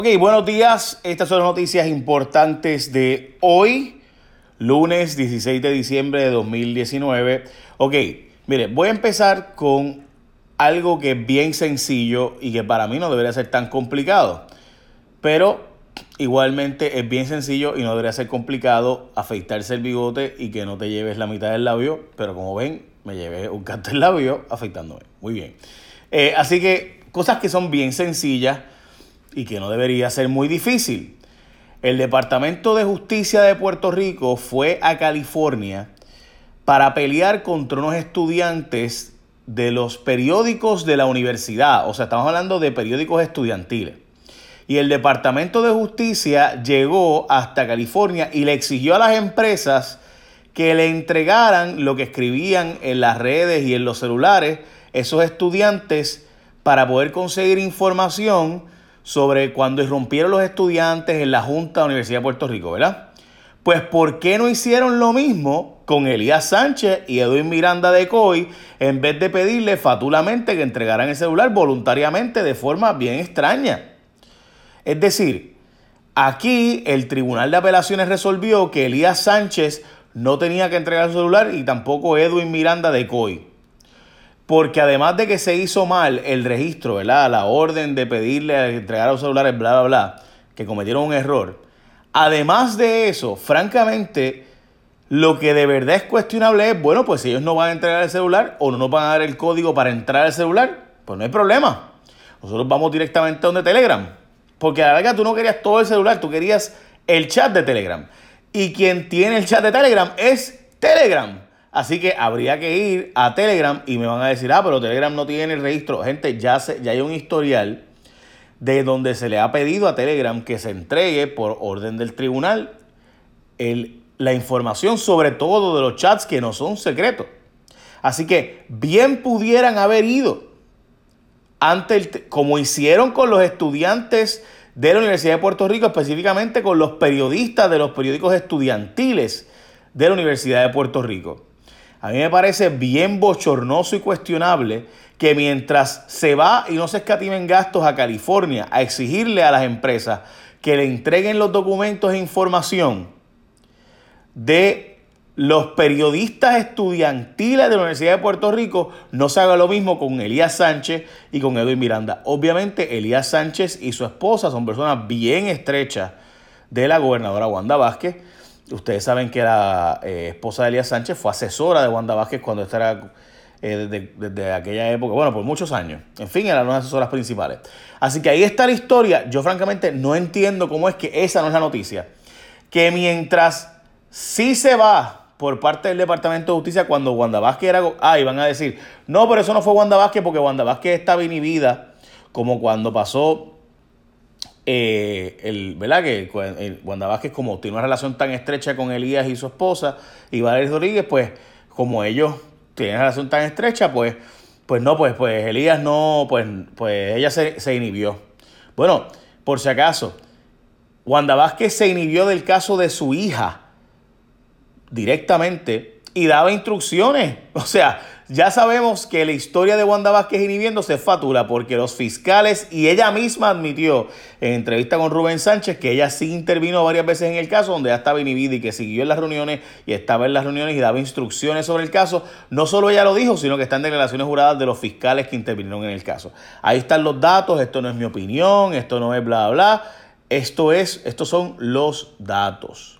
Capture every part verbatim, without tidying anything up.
Ok, buenos días. Estas son las noticias importantes de hoy, lunes dieciséis de diciembre de dos mil diecinueve. Ok, mire, voy a empezar con algo que es bien sencillo y que para mí no debería ser tan complicado. Pero igualmente es bien sencillo y no debería ser complicado afeitarse el bigote y que no te lleves la mitad del labio. Pero como ven, me llevé un canto del labio afeitándome. Muy bien. Eh, así que cosas que son bien sencillas y que no debería ser muy difícil. El Departamento de Justicia de Puerto Rico fue a California para pelear contra unos estudiantes de los periódicos de la universidad. O sea, estamos hablando de periódicos estudiantiles. Y el Departamento de Justicia llegó hasta California y le exigió a las empresas que le entregaran lo que escribían en las redes y en los celulares esos estudiantes para poder conseguir información sobre cuando irrumpieron los estudiantes en la Junta de la Universidad de Puerto Rico, ¿verdad? Pues ¿por qué no hicieron lo mismo con Elías Sánchez y Edwin Miranda de Coy en vez de pedirle fatulamente que entregaran el celular voluntariamente de forma bien extraña? Es decir, aquí el Tribunal de Apelaciones resolvió que Elías Sánchez no tenía que entregar el celular y tampoco Edwin Miranda de Coy. Porque además de que se hizo mal el registro, ¿verdad? La orden de pedirle entregar los celulares, bla, bla, bla, que cometieron un error. Además de eso, francamente, lo que de verdad es cuestionable es, bueno, pues si ellos no van a entregar el celular o no nos van a dar el código para entrar al celular, pues no hay problema. Nosotros vamos directamente a donde Telegram. Porque a la larga tú no querías todo el celular, tú querías el chat de Telegram. Y quien tiene el chat de Telegram es Telegram. Así que habría que ir a Telegram y me van a decir, ah, pero Telegram no tiene el registro. Gente, ya, se, ya hay un historial de donde se le ha pedido a Telegram que se entregue por orden del tribunal el, la información sobre todo de los chats que no son secretos. Así que bien pudieran haber ido ante el, como hicieron con los estudiantes de la Universidad de Puerto Rico, específicamente con los periodistas de los periódicos estudiantiles de la Universidad de Puerto Rico. A mí me parece bien bochornoso y cuestionable que mientras se va y no se escatimen gastos a California a exigirle a las empresas que le entreguen los documentos e información de los periodistas estudiantiles de la Universidad de Puerto Rico, no se haga lo mismo con Elías Sánchez y con Edwin Miranda. Obviamente, Elías Sánchez y su esposa son personas bien estrechas de la gobernadora Wanda Vázquez. Ustedes saben que la eh, esposa de Elías Sánchez fue asesora de Wanda Vázquez cuando esta era eh, desde, desde aquella época, bueno, por muchos años. En fin, eran las asesoras principales. Así que ahí está la historia. Yo francamente no entiendo cómo es que esa no es la noticia. Que mientras sí se va por parte del Departamento de Justicia cuando Wanda Vázquez era... Ah, y van a decir, no, pero eso no fue Wanda Vázquez porque Wanda Vázquez estaba inhibida como cuando pasó... Eh, el, ¿verdad? Que el, Wanda Vázquez, como tiene una relación tan estrecha con Elías y su esposa y Valeria Rodríguez, pues como ellos tienen una relación tan estrecha, pues, pues no, pues, pues Elías no, pues, pues ella se, se inhibió. Bueno, por si acaso, Wanda Vázquez se inhibió del caso de su hija directamente y daba instrucciones. O sea, ya sabemos que la historia de Wanda Vázquez inhibiéndose es fatula porque los fiscales y ella misma admitió en entrevista con Rubén Sánchez que ella sí intervino varias veces en el caso donde ella estaba inhibida y que siguió en las reuniones y estaba en las reuniones y daba instrucciones sobre el caso. No solo ella lo dijo, sino que están declaraciones juradas de los fiscales que intervinieron en el caso. Ahí están los datos, esto no es mi opinión, esto no es bla, bla, bla. Esto es, estos son los datos.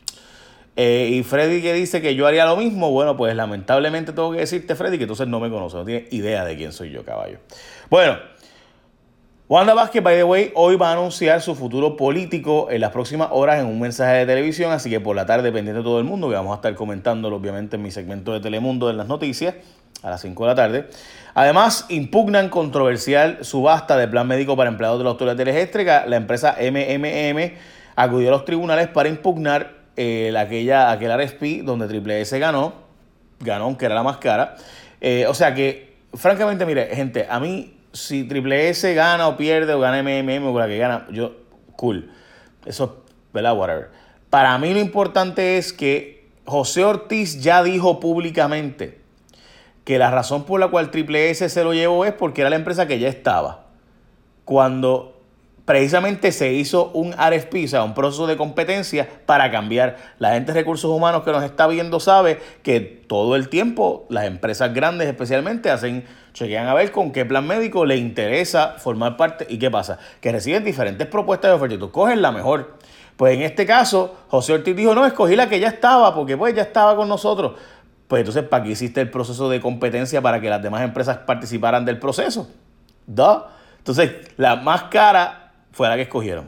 Eh, y Freddy que dice que yo haría lo mismo, bueno, pues lamentablemente tengo que decirte, Freddy, que entonces no me conoce, no tiene idea de quién soy yo, caballo. Bueno, Wanda Vázquez, by the way, hoy va a anunciar su futuro político en las próximas horas en un mensaje de televisión, así que por la tarde, pendiente de todo el mundo, que vamos a estar comentándolo obviamente en mi segmento de Telemundo en las noticias, a las cinco de la tarde. Además, impugnan controversial subasta de plan médico para empleados de la Autoridad de Energía Eléctrica. La empresa M M M acudió a los tribunales para impugnar Eh, aquella, aquel R F P donde Triple S ganó, ganó aunque era la más cara. Eh, o sea que, francamente, mire, gente, a mí, si Triple S gana o pierde o gana M M M o la que gana, yo, cool. Eso, ¿verdad? Whatever. Para mí lo importante es que José Ortiz ya dijo públicamente que la razón por la cual Triple S se lo llevó es porque era la empresa que ya estaba. Cuando precisamente se hizo un R F P, o sea, un proceso de competencia para cambiar. La gente de recursos humanos que nos está viendo sabe que todo el tiempo las empresas grandes especialmente hacen, chequean a ver con qué plan médico le interesa formar parte. ¿Y qué pasa? Que reciben diferentes propuestas de oferta y tú coges la mejor. Pues en este caso, José Ortiz dijo, no, escogí la que ya estaba, porque pues ya estaba con nosotros. Pues entonces, ¿para qué hiciste el proceso de competencia para que las demás empresas participaran del proceso? ¿Da? Entonces, la más cara fue la que escogieron.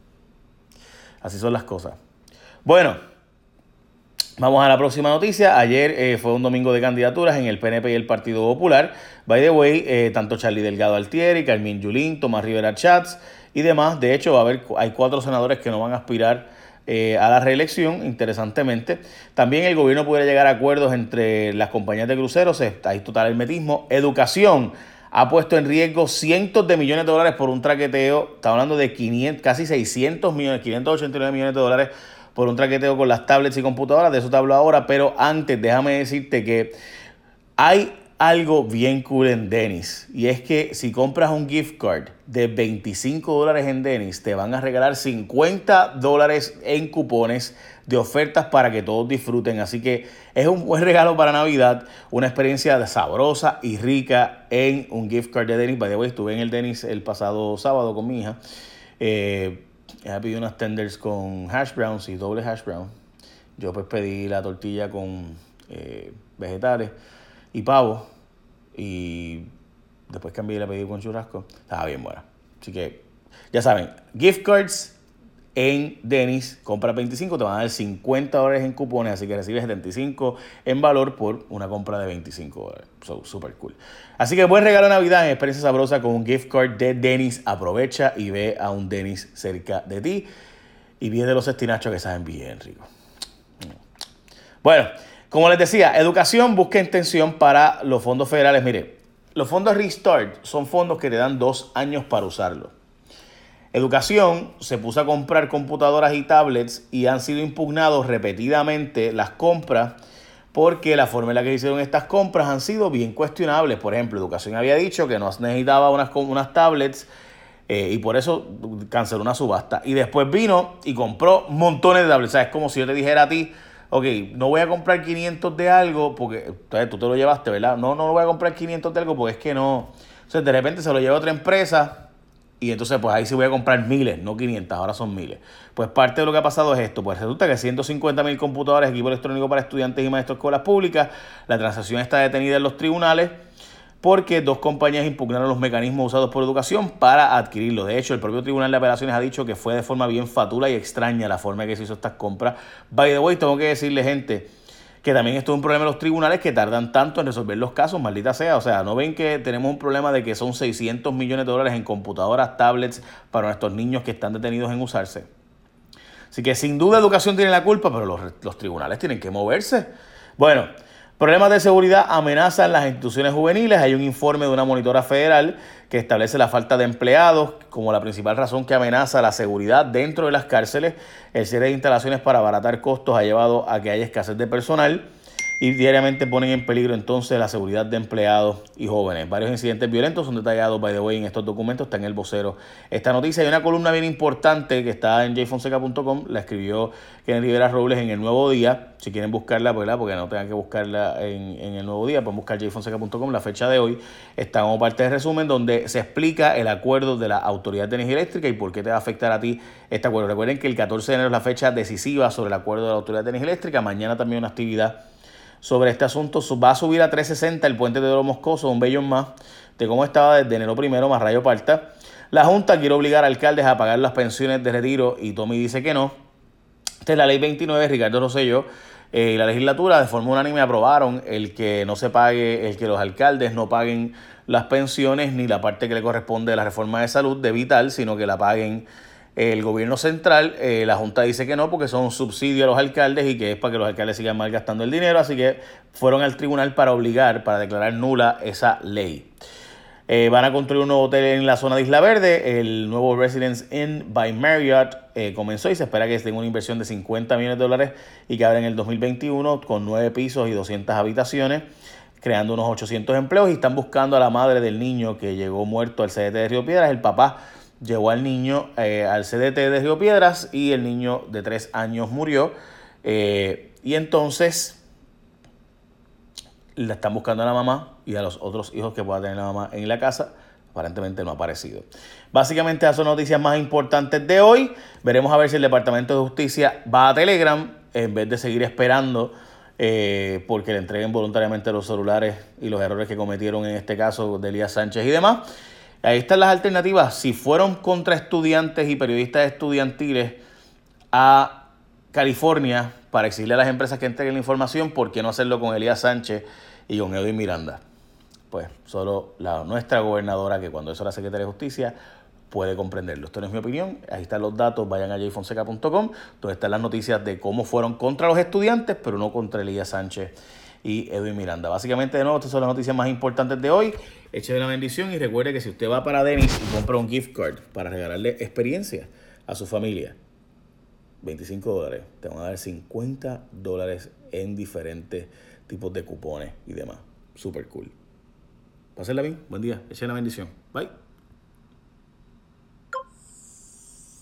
Así son las cosas. Bueno, vamos a la próxima noticia. Ayer eh, fue un domingo de candidaturas en el P N P y el Partido Popular. By the way, eh, tanto Charlie Delgado Altieri, Carmín Yulín, Tomás Rivera Chats y demás. De hecho, va a haber, hay cuatro senadores que no van a aspirar eh, a la reelección, interesantemente. También el gobierno pudiera llegar a acuerdos entre las compañías de cruceros. Hay total hermetismo. Educación ha puesto en riesgo cientos de millones de dólares por un traqueteo. Está hablando de quinientos, casi seiscientos millones, quinientos ochenta y nueve millones de dólares por un traqueteo con las tablets y computadoras. De eso te hablo ahora, pero antes déjame decirte que hay algo bien cool en Denny's, y es que si compras un gift card de veinticinco dólares en Denny's, te van a regalar cincuenta dólares en cupones de ofertas para que todos disfruten. Así que es un buen regalo para Navidad, una experiencia sabrosa y rica en un gift card de Denny's. By the way, estuve en el Denny's el pasado sábado con mi hija. Eh, ella pidió unas tenders con hash browns y doble hash brown. Yo pues pedí la tortilla con eh, vegetales y pavo, y después cambié y la pedí con churrasco. Estaba bien buena. Así que ya saben, gift cards en Denny's, compra veinticinco, te van a dar cincuenta dólares en cupones, así que recibes setenta y cinco en valor por una compra de veinticinco dólares. So, super cool. Así que buen regalo de Navidad en experiencia sabrosa con un gift card de Denny's. Aprovecha y ve a un Denny's cerca de ti y viene de los estinachos que saben bien ricos. Bueno, como les decía, educación busca extensión para los fondos federales. Mire, los fondos Restart son fondos que te dan dos años para usarlos. Educación se puso a comprar computadoras y tablets y han sido impugnados repetidamente las compras porque la forma en la que hicieron estas compras han sido bien cuestionables. Por ejemplo, Educación había dicho que no necesitaba unas, unas tablets eh, y por eso canceló una subasta. Y después vino y compró montones de tablets. O sea, es como si yo te dijera a ti, ok, no voy a comprar quinientos de algo porque entonces, tú te lo llevaste, ¿verdad? No, no voy a comprar quinientos de algo porque es que no. Entonces, de repente se lo lleva a otra empresa. Y entonces, pues ahí sí voy a comprar miles, no quinientos, ahora son miles. Pues parte de lo que ha pasado es esto. Pues resulta que ciento cincuenta mil computadoras, equipo electrónico para estudiantes y maestros de escuelas públicas, la transacción está detenida en los tribunales porque dos compañías impugnaron los mecanismos usados por Educación para adquirirlo. De hecho, el propio Tribunal de Apelaciones ha dicho que fue de forma bien fatula y extraña la forma en que se hizo estas compras. By the way, tengo que decirle, gente, que también esto es un problema de los tribunales que tardan tanto en resolver los casos, maldita sea. O sea, ¿no ven que tenemos un problema de que son seiscientos millones de dólares en computadoras, tablets para nuestros niños que están detenidos en usarse? Así que sin duda Educación tiene la culpa, pero los, los tribunales tienen que moverse. Bueno, problemas de seguridad amenazan las instituciones juveniles. Hay un informe de una monitora federal que establece la falta de empleados como la principal razón que amenaza la seguridad dentro de las cárceles. El cierre de instalaciones para abaratar costos ha llevado a que haya escasez de personal y diariamente ponen en peligro entonces la seguridad de empleados y jóvenes. Varios incidentes violentos son detallados, by the way, en estos documentos. Está en el vocero esta noticia. Hay una columna bien importante que está en jay fonseca punto com. La escribió Kenneth Rivera Robles en El Nuevo Día. Si quieren buscarla, ¿verdad? Porque no tengan que buscarla en, en El Nuevo Día, pueden buscar jay fonseca punto com. La fecha de hoy está como parte del resumen donde se explica el acuerdo de la Autoridad de Energía Eléctrica y por qué te va a afectar a ti este acuerdo. Recuerden que el catorce de enero es la fecha decisiva sobre el acuerdo de la Autoridad de Energía Eléctrica. Mañana también una actividad sobre este asunto. Va a subir a trescientos sesenta el puente de Oro Moscoso, un bellón más de cómo estaba desde enero primero, más rayo parta. La Junta quiere obligar a alcaldes a pagar las pensiones de retiro y Tommy dice que no. Esta es la ley veintinueve, Ricardo Rosselló eh, y la legislatura de forma unánime aprobaron el que no se pague, el que los alcaldes no paguen las pensiones ni la parte que le corresponde de la reforma de salud de Vital, sino que la paguen el gobierno central. Eh, la Junta dice que no porque son un subsidio a los alcaldes y que es para que los alcaldes sigan malgastando el dinero, así que fueron al tribunal para obligar, para declarar nula esa ley. Eh, van a construir un nuevo hotel en la zona de Isla Verde, el nuevo Residence Inn by Marriott eh, comenzó y se espera que tenga una inversión de cincuenta millones de dólares y que abra en el dos mil veintiuno con nueve pisos y doscientas habitaciones, creando unos ochocientos empleos, y están buscando a la madre del niño que llegó muerto al C D T de Río Piedras. El papá llevó al niño eh, al C D T de Río Piedras y el niño de tres años murió. Eh, y entonces la están buscando a la mamá y a los otros hijos que pueda tener la mamá en la casa. Aparentemente no ha aparecido. Básicamente esas son noticias más importantes de hoy. Veremos a ver si el Departamento de Justicia va a Telegram en vez de seguir esperando eh, porque le entreguen voluntariamente los celulares y los errores que cometieron en este caso de Elías Sánchez y demás. Ahí están las alternativas. Si fueron contra estudiantes y periodistas estudiantiles a California para exigirle a las empresas que entreguen la información, ¿por qué no hacerlo con Elías Sánchez y con Edwin Miranda? Pues solo la, nuestra gobernadora, que cuando eso la Secretaría de Justicia, puede comprenderlo. Esto no es mi opinión, ahí están los datos, vayan a jay fonseca punto com, donde están las noticias de cómo fueron contra los estudiantes, pero no contra Elías Sánchez y Edwin Miranda. Básicamente, de nuevo, estas son las noticias más importantes de hoy. Échale la bendición y recuerde que si usted va para Denny's y compra un gift card para regalarle experiencia a su familia, veinticinco dólares, te van a dar cincuenta dólares en diferentes tipos de cupones y demás. Súper cool. Pásenla bien, buen día, echen la bendición. Bye.